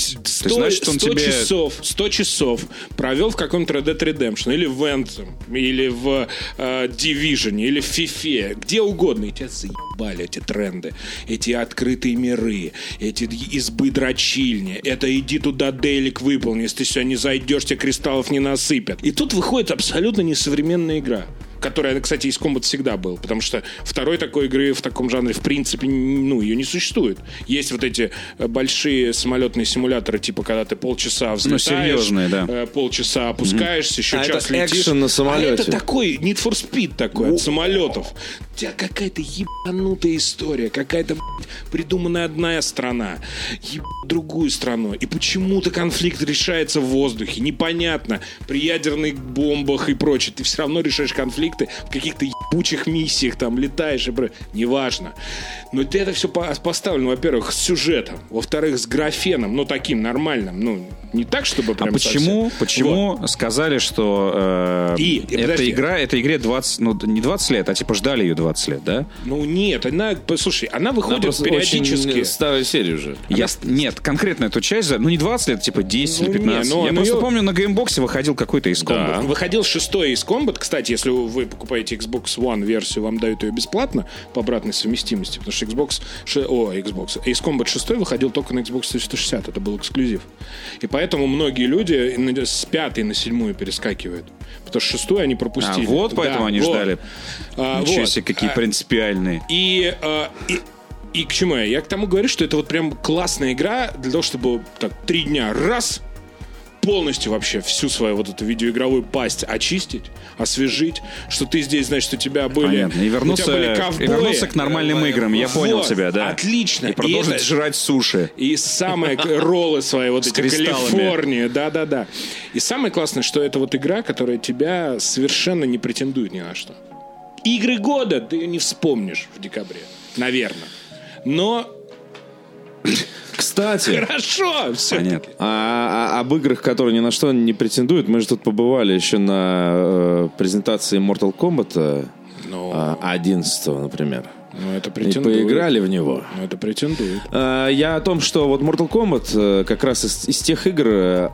100 часов провел в каком-то Red Dead Redemption, или в Anthem, или в Division, или в FIFA, где угодно. И тебя заебали эти тренды, эти открытые миры, эти избы дрочильни. Это иди туда дейлик выполни, если ты сюда не зайдешь, тебе кристаллов не насыпят. И тут выходит абсолютно несовременная игра, которая, кстати, Ace Combat всегда был, потому что второй такой игры в таком жанре, в принципе, ее не существует. Есть вот эти большие самолетные симуляторы, типа, когда ты полчаса взлетаешь, серьезные, да. Полчаса опускаешься, еще час летишь. Экшен на самолете. А это такой Need for Speed такой, от самолетов. У тебя какая-то ебанутая история, какая-то, придуманная одна страна, другую страну. И почему-то конфликт решается в воздухе, непонятно. При ядерных бомбах и прочее. Ты все равно решаешь конфликты в каких-то ебучих миссиях, там летаешь и прочее. Неважно. Но это все поставлено, во-первых, с сюжетом, во-вторых, с графеном, ну, таким нормальным. Не так, чтобы прям почему вот сказали, что этой игре 20, не 20 лет, а типа ждали ее 20 лет, да? Ну нет, слушай, она выходит периодически. Старая серия уже. Нет, конкретно эту часть, не 20 лет, типа 10 или 15. Я просто помню, на геймбоксе выходил какой-то Ace Combat. Да. Выходил 6-й Ace Combat. Кстати, если вы покупаете Xbox One версию, вам дают ее бесплатно по обратной совместимости, потому что Ace Combat 6 выходил только на Xbox 360, это был эксклюзив. И поэтому поэтому многие люди с 5-й на 7-ю перескакивают. Потому что 6-ю они пропустили. Вот поэтому они ждали. Ничего себе, какие принципиальные. И к чему я? Я к тому говорю, что это вот прям классная игра для того, чтобы так 3 дня раз полностью вообще всю свою вот эту видеоигровую пасть очистить, освежить, что ты здесь, значит, у тебя были... Понятно. И вернуться к нормальным играм. Я понял тебя, да. Отлично. И продолжить жрать суши. И самые роллы свои, вот эти Калифорнии. Да. И самое классное, что это вот игра, которая тебя совершенно не претендует ни на что. Игры года ты не вспомнишь в декабре. Наверное. Но... Кстати, хорошо, все. Понятно. Об играх, которые ни на что не претендуют, мы же тут побывали еще на презентации Mortal Kombat 11, например. Ну, это претендует. И поиграли в него. Ну, это претендует. Я о том, что вот Mortal Kombat как раз из тех игр,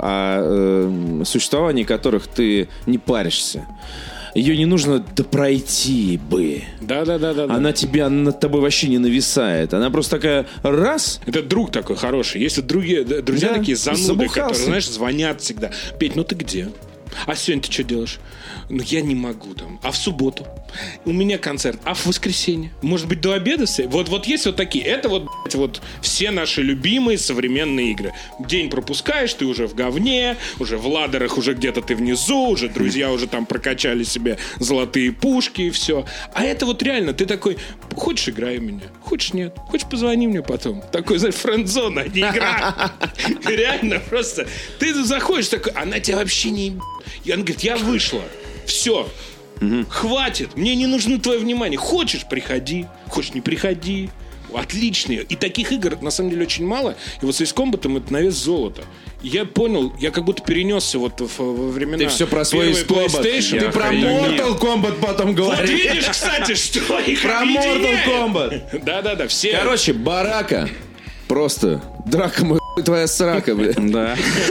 о существовании которых ты не паришься. Ее не нужно допройти бы. Да. Она тебя над тобой вообще не нависает. Она просто такая раз. Это друг такой хороший. Если друзья такие зануды, которые, знаешь, звонят всегда. Петь, ну ты где? А сегодня ты что делаешь? Ну, я не могу там. А в субботу? У меня концерт. А в воскресенье? Может быть, до обеда? Вот есть вот такие. Это вот все наши любимые современные игры. День пропускаешь, ты уже в говне, уже в ладерах, уже где-то ты внизу, уже друзья уже там прокачали себе золотые пушки и все. А это вот реально, ты такой, хочешь, играй у меня, хочешь, нет, хочешь, позвони мне потом. Такой, знаешь, френдзона, не игра. Реально, просто ты заходишь такой, она тебя вообще не... И она говорит, я вышла. Все. Хватит. Мне не нужно твое внимание. Хочешь, приходи. Хочешь, не приходи. Отличные. И таких игр, на самом деле, очень мало. И вот с Ace Combat это на вес золота. И я понял, я как будто перенесся вот во времена... Ты все про свой Ace Combat. Ты про Mortal Kombat потом говоришь. Вот видишь, кстати, что их про Mortal Kombat. Да, все... Короче, барака. Просто драка моя твоя срака, блин. Да.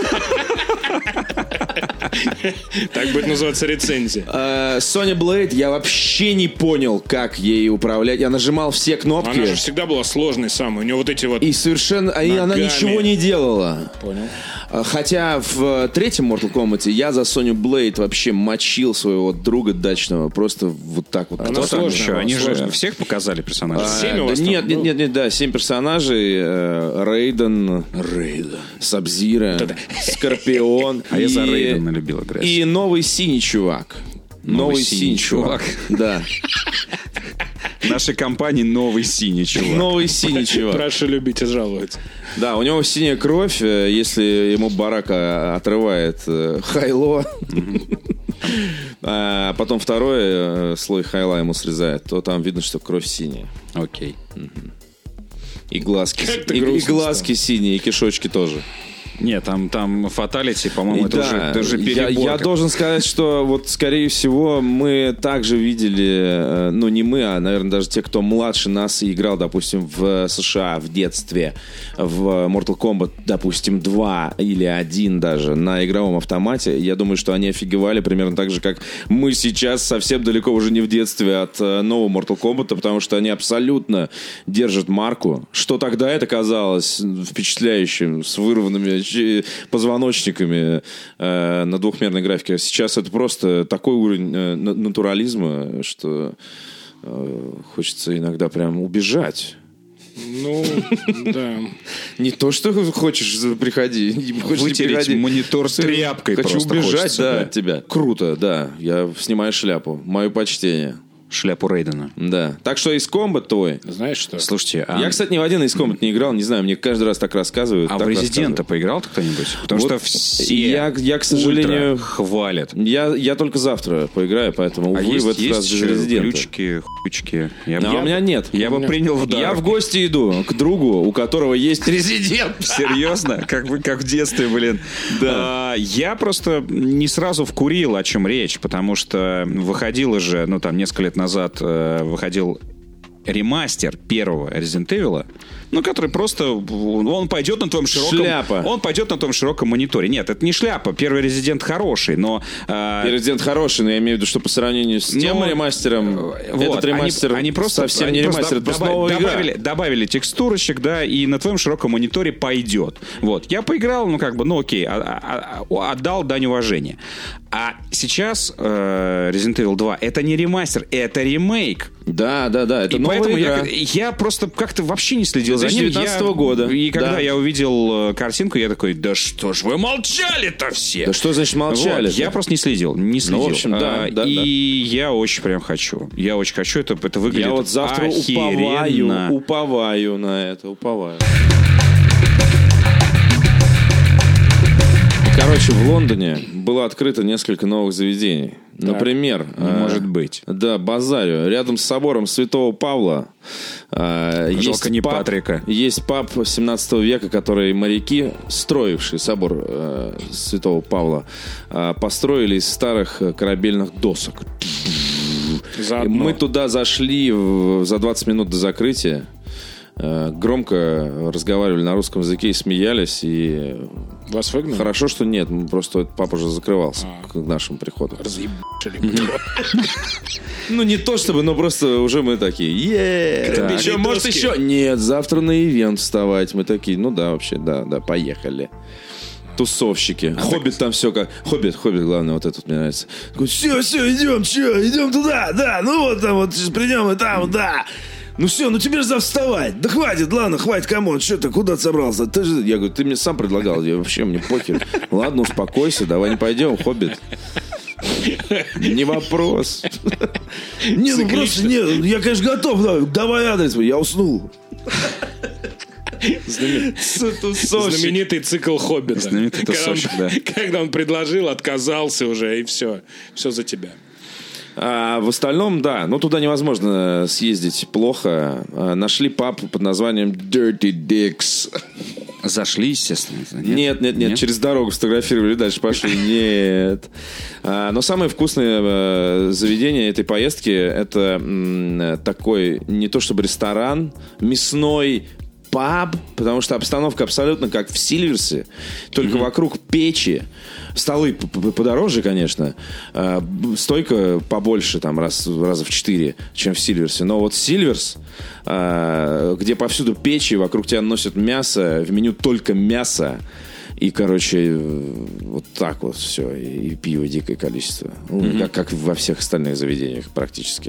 Так будет называться рецензия. Sonya Blade, я вообще не понял, как ей управлять. Я нажимал все кнопки. Она же всегда была сложной самой. У нее вот эти вот... И совершенно... Она ничего не делала. Понял. Хотя в третьем Mortal Kombat я за Соню Блейд вообще мочил своего друга дачного. Просто вот так вот. Она сложная. Они же всех показали персонажей. 7 у вас там было? Нет, да, 7 персонажей. Рейден, Сабзира, Скорпион. А я за Рейдена любил играть. И новый синий чувак. Новый синий чувак. Да. Нашей компании новый синий чувак. Новый синий чувак. Прошу любить и жаловать. Да, у него синяя кровь, если ему барака отрывает хайло, а потом второй слой хайла ему срезает, то там видно, что кровь синяя. Окей. И глазки синие, и кишочки тоже. Нет, там фаталити, по-моему, это уже перебор. Я должен сказать, что вот, скорее всего, мы также видели, ну, не мы, а, наверное, даже те, кто младше нас и играл, допустим, в США в детстве, в Mortal Kombat, допустим, 2 или 1 даже, на игровом автомате. Я думаю, что они офигевали примерно так же, как мы сейчас совсем далеко уже не в детстве от нового Mortal Kombat, потому что они абсолютно держат марку. Что тогда это казалось впечатляющим, с вырванными позвоночниками на двухмерной графике. Сейчас это просто такой уровень натурализма, что хочется иногда прям убежать. Ну, да. Не то, что хочешь, приходи. Вытереть монитор с тряпкой. Хочу убежать, да, от тебя. Круто, да. Я снимаю шляпу. Мое почтение. Шляпу Рейдена. Да. Так что Ace Combat твой. Знаешь что? Слушайте, я, кстати, ни в один Ace Combat не играл, не знаю, мне каждый раз так рассказывают. А в Резидента поиграл-то кто-нибудь? Потому вот что все я, к сожалению, хвалят. Я только завтра поиграю, поэтому, увы, в этот раз без Резидента. Ключики, хуечки. У меня нет. Я бы принял в дар. Я в гости иду к другу, у которого есть Резидент. Серьезно? Как в детстве, блин. Да. Я просто не сразу вкурил, о чем речь, потому что выходило же, ну, там, несколько лет назад выходил ремастер первого Resident Evil, ну, который просто... Он пойдет на твоем широком... Шляпа. Он пойдет на твоем широком мониторе. Нет, это не шляпа. Первый Resident хороший, но... Первый Resident хороший, но я имею в виду, что по сравнению с тем ремастером, этот ремастер они просто, совсем не ремастер, это новая игра. Добавили текстурочек, да, и на твоем широком мониторе пойдет. Вот. Я поиграл, ну, как бы, ну, окей, отдал дань уважения. А сейчас Resident Evil 2 это не ремастер, это ремейк. Да, это и новая поэтому игра. Я просто как-то вообще не следил за ним. 2019 года. И когда я увидел картинку, я такой, да что ж вы молчали-то все? Да что значит молчали? Вот. Я просто не следил. Ну, в общем, да. Я очень прям хочу. Я очень хочу. Это выглядит я вот завтра охеренно. уповаю на это, уповаю. Короче, в Лондоне было открыто несколько новых заведений. Да. Например... может быть. Да, базарю. Рядом с собором Святого Павла есть не паб, Патрика. Есть паб 17 века, который моряки, строившие собор Святого Павла, построили из старых корабельных досок. Мы туда зашли за 20 минут до закрытия. Громко разговаривали на русском языке и смеялись. И вас выгнали? Хорошо, что нет. Просто папа уже закрывался к нашему приходу. Разъебали. Ну, не то чтобы, но просто уже мы такие. Что, может, еще? Нет, завтра на ивент вставать. Мы такие, ну да, вообще, да, поехали. Тусовщики. Хоббит там все как... Хоббит, главное, вот этот мне нравится. Такой, все, идем туда, да, ну вот там вот сейчас придем и там, да. Ну все, ну тебе же завтра вставать. Да хватит, ладно, хватит, камон, что ты, куда собрался? Я говорю, ты мне сам предлагал, я вообще, мне похер. Ладно, успокойся, давай не пойдем, Хоббит. Не вопрос. Не, ну просто, нет, я, конечно, готов, давай адрес, я уснул. Знаменитый цикл «Хоббита». Знаменитый тусовщик, да. Когда он предложил, отказался уже, и все. Все за тебя. А в остальном, да, ну туда невозможно съездить плохо. Нашли паб под названием Dirty Dicks. Зашли, естественно. Нет, через дорогу сфотографировали, дальше пошли. Нет. Но самое вкусное заведение этой поездки — это такой, не то чтобы ресторан, мясной паб, потому что обстановка абсолютно как в Сильверсе, только вокруг печи. Столы подороже, конечно. Стойка побольше, там, раза в 4, чем в Сильверсе. Но вот Сильверс, где повсюду печи, вокруг тебя носят мясо, в меню только мясо. И, короче, вот так вот все. И пиво дикое количество. Как во всех остальных заведениях практически.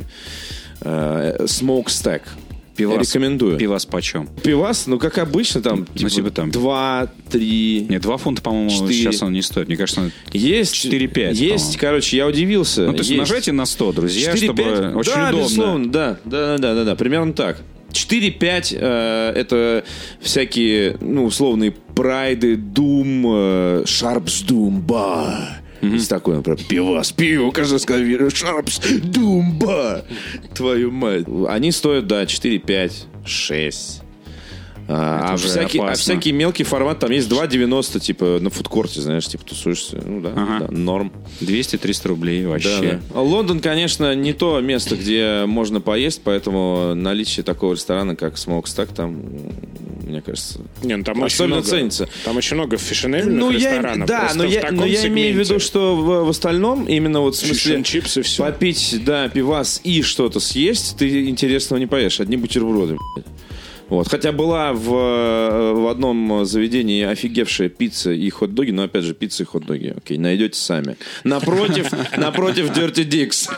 Smoke Stack. Пивас. Рекомендую. Пивас почем? Пивас, ну, как обычно, там, ну, типа там 2-3... Нет, 2 фунта, по-моему, 4. Сейчас он не стоит. Мне кажется, он есть 4-5. Есть, по-моему. Короче, я удивился. Ну, то есть нажайте на 100, друзья, 4-5? чтобы очень да, удобно. Безусловно, да, примерно так. 4-5 это всякие, ну, условные прайды, Doom, Sharp's Doom Bar. Есть такое, например, пиво, кажется, сказали, Sharp's Doom Bar. Твою мать. Они стоят, да, 4, 5, 6. А всякий мелкий формат, там есть 2,90, типа, на фудкорте, знаешь, типа, тусуешься. Ну да, норм. 200-300 рублей вообще. Да. Лондон, конечно, не то место, где можно поесть, поэтому наличие такого ресторана, как Smoke Stack, там, мне кажется, там особенно ценится. Там очень много фешенебельных ресторанов. Да, но я имею в виду, что в остальном, именно вот в смысле чипсы, все. Попить, да, пивас и что-то съесть, ты интересного не поешь. Одни бутерброды, блядь. Вот. Хотя была в одном заведении офигевшая пицца и хот-доги, но опять же пицца и хот-доги. Окей, найдете сами. Напротив Dirty Dicks.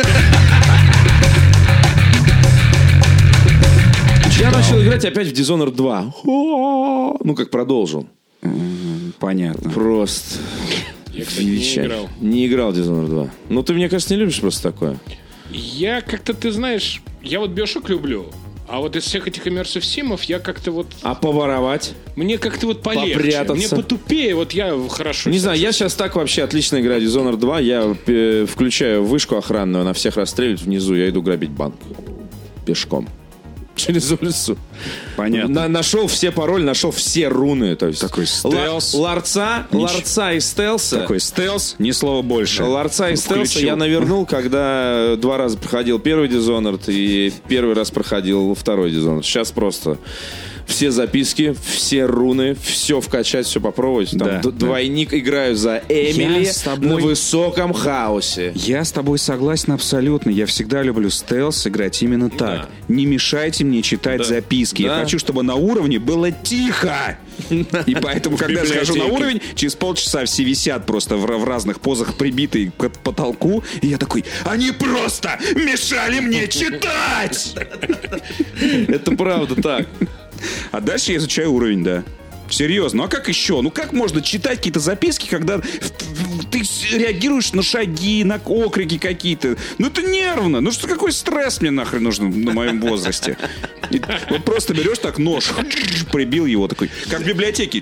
Я начал играть опять в Dishonored 2. Ну, как продолжил. Понятно. Просто. Я, кстати, не играл в Dishonored 2. Ну, ты, мне кажется, не любишь просто такое. Я как-то, ты знаешь, я вот Биошок люблю. А вот из всех этих иммерсив симов я как-то вот... А поворовать? Мне как-то вот полегче. Попрятаться? Мне потупее, вот я хорошо... Не знаю, я сейчас так вообще отлично играю в Dishonored 2. Я включаю вышку охранную, она всех расстреливает внизу, я иду грабить банк. Пешком. через улицу. Понятно. Нашел все пароли, нашел все руны. То есть такой стелс. Ларца и стелса. Такой стелс, ни слова больше. Ларца и стелса я навернул, когда 2 раза проходил первый Dishonored и первый раз проходил второй Dishonored. Сейчас просто все записки, все руны, все вкачать, все попробовать. Там двойник играю за Эмили на высоком хаосе. Я с тобой согласен абсолютно. Я всегда люблю стелс играть именно так. Да. Не мешайте мне читать записки. Да. Я хочу, чтобы на уровне было тихо. И поэтому, когда я схожу на уровень, через полчаса все висят просто в разных позах, прибитые к потолку. И я такой, они просто мешали мне читать! Это правда так. А дальше я изучаю уровень, да. Серьезно, ну а как еще? Ну как можно читать какие-то записки, когда ты реагируешь на шаги, на окрики какие-то? Ну это нервно. Ну что, какой стресс мне нахрен нужен на моем возрасте? И вот просто берешь так нож, прибил его такой, как в библиотеке.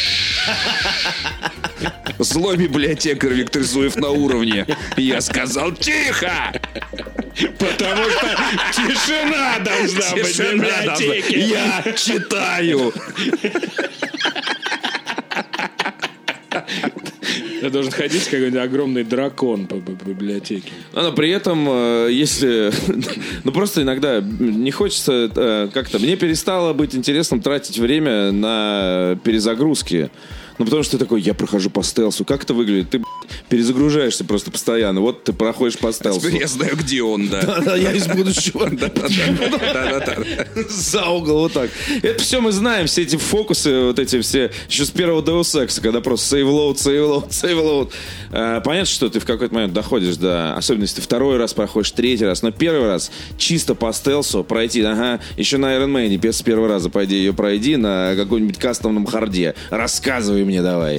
Злой библиотекарь Виктор Зуев на уровне. Я сказал тихо! Потому что тишина должна быть в библиотеке. Я читаю. Ты должен ходить, как какой-нибудь огромный дракон по библиотеке. Но при этом, если... Ну, просто иногда не хочется как-то... Мне перестало быть интересным тратить время на перезагрузки. Ну, потому что ты такой, я прохожу по стелсу. Как это выглядит? Ты перезагружаешься просто постоянно. Вот ты проходишь по стелсу. Теперь я знаю, где он, да. Да-да, я из будущего. Да-да-да. За угол, вот так. Это все мы знаем, все эти фокусы, вот эти все, еще с первого Deus Ex, когда просто save load. Понятно, что ты в какой-то момент доходишь до... Особенно, если ты второй раз проходишь, третий раз. Но первый раз чисто по стелсу пройти, еще на Iron Man с первого раза, пойди ее пройди на каком-нибудь кастомном харде. Рассказывай мне давай.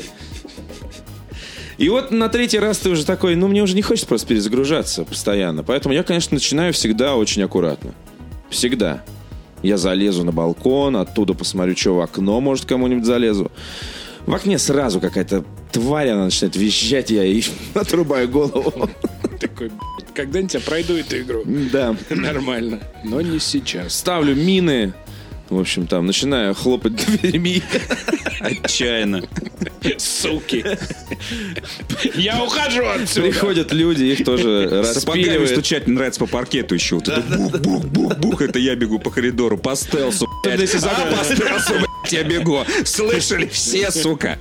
И вот на третий раз ты уже такой, мне уже не хочется просто перезагружаться постоянно. Поэтому я, конечно, начинаю всегда очень аккуратно. Всегда. Я залезу на балкон, оттуда посмотрю, что в окно, может, кому-нибудь залезу. В окне сразу какая-то тварь, она начинает визжать, я и отрубаю голову. Такой, когда-нибудь я пройду эту игру. Да. Нормально. Но не сейчас. Ставлю мины. В общем, там, начинаю хлопать дверьми. Отчаянно. Суки. Я ухожу отсюда. Приходят люди, их тоже распиливают. Сапогами стучать мне нравится по паркету еще. Бух-бух-бух-бух. Это я бегу по коридору, по стелсу. По стелсу, я бегу. Слышали все, сука.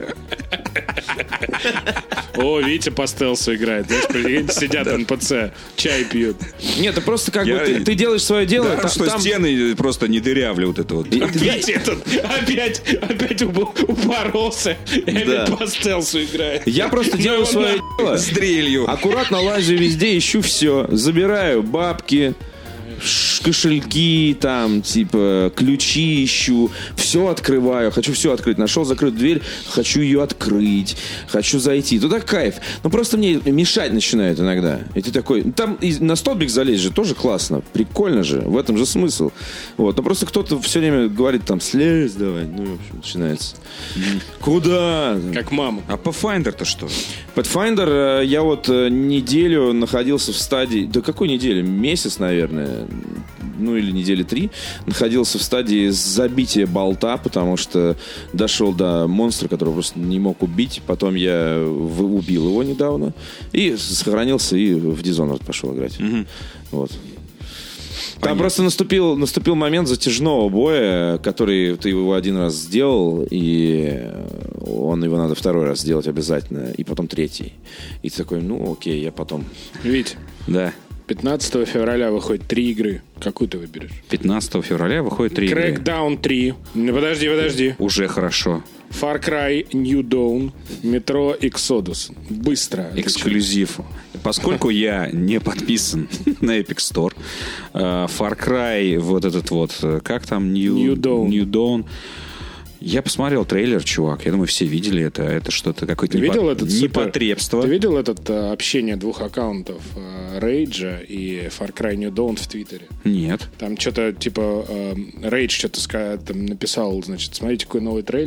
О, Витя по стелсу играет. Знаешь, сидят НПЦ, чай пьют. Нет, это просто как бы ты делаешь свое дело. Да, что стены просто не дырявли вот это вот. Витя тут опять упоролся. И опять по стелсу играет. Я просто делаю свое дело. С дрелью. Аккуратно лазю везде, ищу все. Забираю бабки, кошельки, там, типа, ключи ищу, все открываю, хочу все открыть. Нашел закрытую дверь, хочу ее открыть, хочу зайти. Туда кайф. Но просто мне мешать начинает иногда. И ты такой, там и на столбик залезть же тоже классно, прикольно же, в этом же смысл. Вот. Но просто кто-то все время говорит, там, слезь давай. Ну, в общем, начинается. Куда? Как мама. А Pathfinder-то что? Pathfinder, я вот неделю находился в стадии, да какой неделю? Месяц, наверное, ну или недели 3, находился в стадии забития болта, потому что дошел до монстра, которого просто не мог убить. Потом я убил его недавно и сохранился и в Dishonored пошел играть. Вот. Там просто наступил момент затяжного боя, который ты его один раз сделал, и его надо второй раз сделать обязательно, и потом третий. И ты такой, окей, я потом... Вить, да. 15 февраля выходит 3 игры. Какую ты выберешь? 15 февраля выходит 3 игры. Crackdown 3. Подожди. Уже хорошо. Far Cry New Dawn, Metro Exodus. Быстро. Эксклюзив. Поскольку я не подписан на Epic Store, Far Cry, вот этот вот, как там, New Dawn. Я посмотрел трейлер, чувак. Я думаю, все видели это. Это что-то какое-то непотребство. Ты видел это общение 2 аккаунтов Рейджа и Far Cry New Dawn в Твиттере? Нет. Там что-то типа Рейдж что-то написал, значит, смотрите, какой новый трейлер.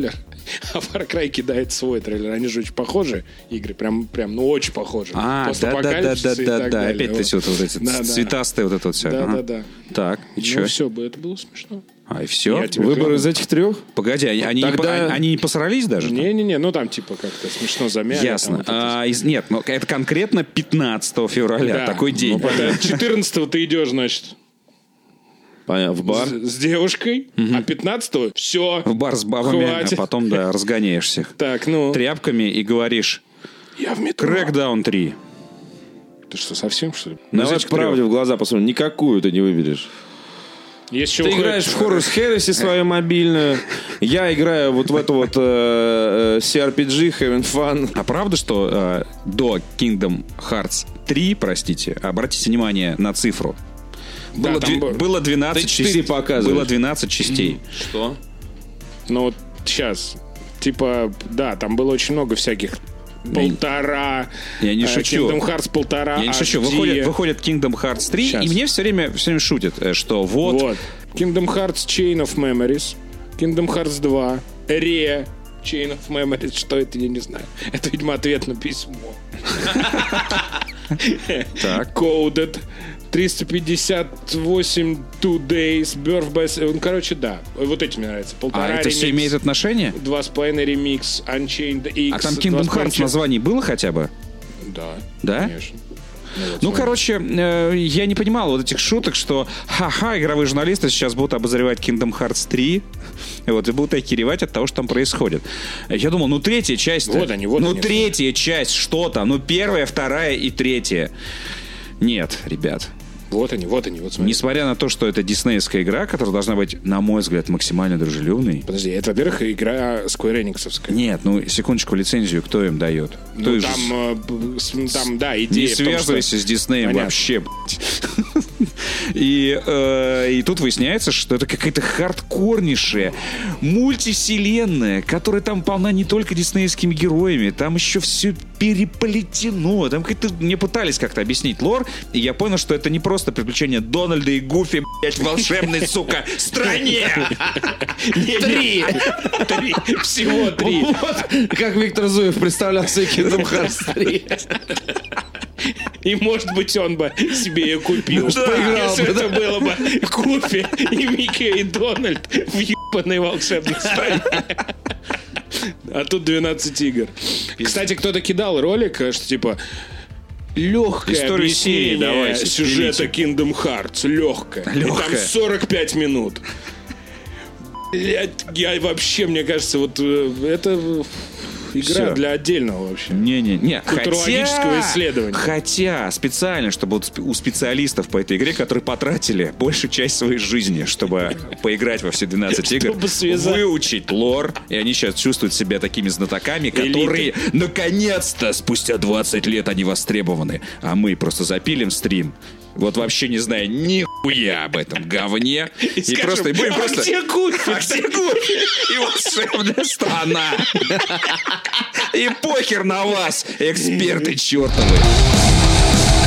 А Far Cry кидает свой трейлер. Они же очень похожи, игры. Прям, ну, очень похожи. Да. Опять вот эти цветастые вот это вот все. Да. Так, и что? Ну, все, это было смешно. И все? Выбор из этих трех? Погоди, они не посрались даже? Не-не-не, ну там типа как-то смешно замяли. Ясно. Нет, но это конкретно 15 февраля, такой день. 14-го ты идешь, значит... Понятно, в бар. С девушкой, а 15-го все. В бар с бабами, хватит. А потом, разгоняешь всех. Так, ну... Тряпками и говоришь... Я в метро. Crackdown 3. Ты что, совсем, что ли? Давай правде в глаза посмотрим. Никакую ты не выберешь. Ты играешь в Horus Heresy свою мобильную. Я играю вот в эту вот CRPG, Having Fun. А правда, что до Kingdom Hearts 3, простите, обратите внимание на цифру. Было 12 частей. Было 12 частей. Что? Ну вот сейчас. Типа, да, там было очень много всяких. Полтора. Я не шучу. Kingdom Hearts 1,5. Я не шучу. Выходит Kingdom Hearts 3, сейчас. И мне все время шутят, что вот. Kingdom Hearts Chain of Memories, Kingdom Hearts 2, Re Chain of Memories. Что это, я не знаю. Это, видимо, ответ на письмо. Так. Coded. 358 2 Days, Birth by... Ну, короче, да. Вот эти мне нравятся. 1,5 это ремикс, все имеет отношение? 2,5 ремикс, Unchained X. А там Kingdom Hearts названий было хотя бы? Да, конечно. Ну, короче, я не понимал вот этих шуток, что игровые журналисты сейчас будут обозревать Kingdom Hearts 3 и будут охеревать от того, что там происходит. Я думал, третья часть... Вот они. Третья часть, что там? Первая, вторая и третья. Нет, ребят. Вот они, смотри. Несмотря на то, что это диснеевская игра, которая должна быть, на мой взгляд, максимально дружелюбной. Подожди, это, во-первых, игра Square Enix'овская. Нет, секундочку, лицензию кто им дает? Там, да, идея. Не связывайся с Диснеем вообще, И тут выясняется, что это какая-то хардкорнейшая мультивселенная, которая там полна не только диснеевскими героями, там еще все переплетено. Там мне пытались как-то объяснить лор, и я понял, что это не просто приключения Дональда и Гуфи, в волшебной, сука, стране. 3. Всего 3. Вот как Виктор Зуев представлял себе Kingdom Hearts 3. И, может быть, он бы себе ее купил. Если это было бы Гуфи и Микки и Дональд в ебаной волшебной стране. А тут 12 игр. Кстати, кто-то кидал ролик, что типа... Легкое объяснение сюжета Kingdom Hearts. Легкое. И там 45 минут. Я вообще, мне кажется, это игра для отдельного вообще. Не. Культурологического исследования. Хотя специально, чтобы у специалистов по этой игре, которые потратили большую часть своей жизни, чтобы поиграть во все 12 игр, выучить лор, и они сейчас чувствуют себя такими знатоками, которые наконец-то спустя 20 лет они востребованы. А мы просто запилим стрим, вообще не зная нихуя об этом говне. И скажем, будем просто... где Гуфи? И волшебная страна. И похер на вас, эксперты чертовы.